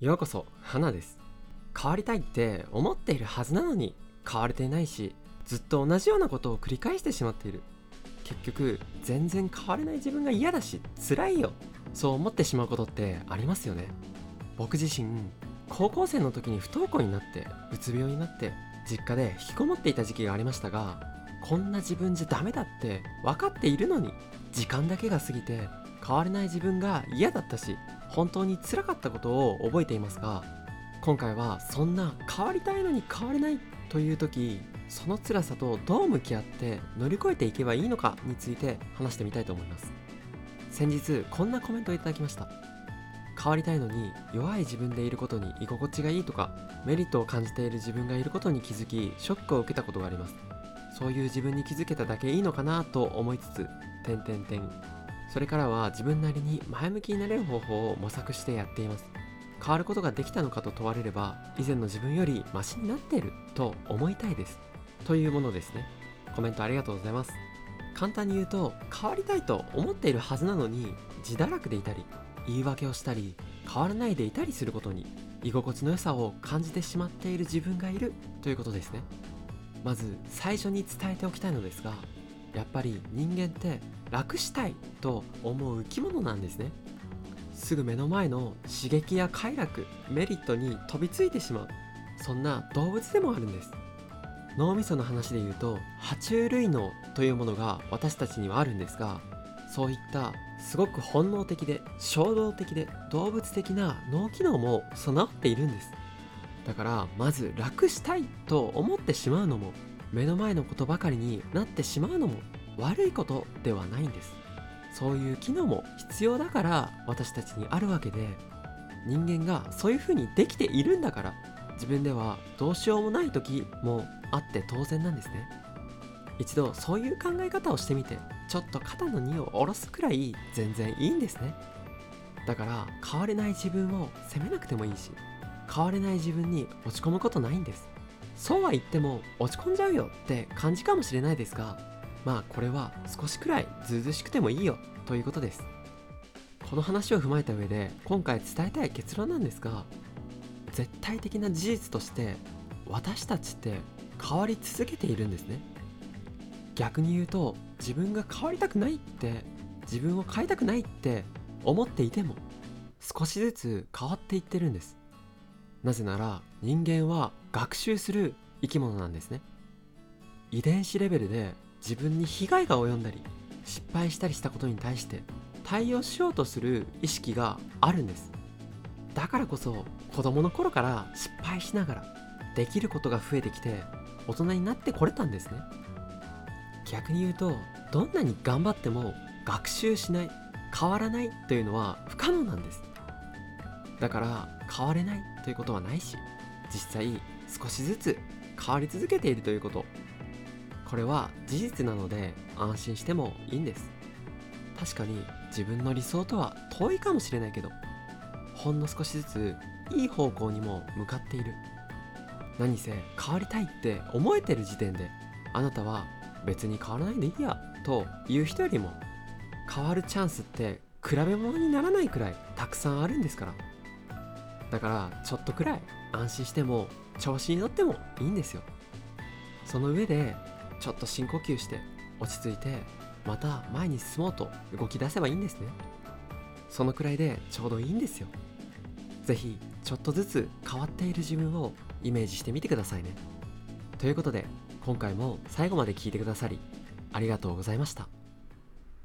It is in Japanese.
ようこそ、花です。変わりたいって思っているはずなのに変われていないし、ずっと同じようなことを繰り返してしまっている。結局全然変われない自分が嫌だし辛いよ、そう思ってしまうことってありますよね。僕自身、高校生の時に不登校になってうつ病になって実家で引きこもっていた時期がありましたが、こんな自分じゃダメだって分かっているのに時間だけが過ぎて変われない自分が嫌だったし、本当に辛かったことを覚えていますが、今回はそんな変わりたいのに変われないという時、その辛さとどう向き合って乗り越えていけばいいのかについて話してみたいと思います。先日こんなコメントをいただきました。変わりたいのに弱い自分でいることに居心地がいいとか、メリットを感じている自分がいることに気づきショックを受けたことがあります。そういう自分に気づけただけいいのかなと思いつつ、それからは自分なりに前向きになれる方法を模索してやっています。変わることができたのかと問われれば、以前の自分よりマシになっていると思いたいですというものですね。コメントありがとうございます。簡単に言うと、変わりたいと思っているはずなのに自堕落でいたり、言い訳をしたり、変わらないでいたりすることに居心地の良さを感じてしまっている自分がいるということですね。まず最初に伝えておきたいのですが、やっぱり人間って楽したいと思う生き物なんですね。すぐ目の前の刺激や快楽、メリットに飛びついてしまう、そんな動物でもあるんです。脳みその話で言うと、爬虫類脳というものが私たちにはあるんですが、そういったすごく本能的で衝動的で動物的な脳機能も備わっているんです。だからまず楽したいと思ってしまうのも、目の前のことばかりになってしまうのも悪いことではないんです。そういう機能も必要だから私たちにあるわけで、人間がそういう風にできているんだから、自分ではどうしようもない時もあって当然なんですね。一度そういう考え方をしてみて、ちょっと肩の荷を下ろすくらい全然いいんですね。だから変われない自分を責めなくてもいいし、変われない自分に落ち込むことないんです。そうは言っても落ち込んじゃうよって感じかもしれないですが、まあこれは少しくらいずうずうしくてもいいよということです。この話を踏まえた上で今回伝えたい結論なんですが、絶対的な事実として私たちって変わり続けているんですね。逆に言うと、自分が変わりたくないって、自分を変えたくないって思っていても少しずつ変わっていってるんです。なぜなら人間は学習する生き物なんですね。遺伝子レベルで自分に被害が及んだり失敗したりしたことに対して対応しようとする意識があるんです。だからこそ子供の頃から失敗しながらできることが増えてきて大人になってこれたんですね。逆に言うと、どんなに頑張っても学習しない、変わらないというのは不可能なんです。だから変われないということはないし、実際少しずつ変わり続けているということ、これは事実なので安心してもいいんです。確かに自分の理想とは遠いかもしれないけど、ほんの少しずついい方向にも向かっている。何せ変わりたいって思えてる時点で、あなたは別に変わらないでいいやという人よりも、変わるチャンスって比べ物にならないくらいたくさんあるんですから。だからちょっとくらい安心しても調子に乗ってもいいんですよ。その上でちょっと深呼吸して落ち着いて、また前に進もうと動き出せばいいんですね。そのくらいでちょうどいいんですよ。ぜひちょっとずつ変わっている自分をイメージしてみてくださいね。ということで、今回も最後まで聞いてくださりありがとうございました。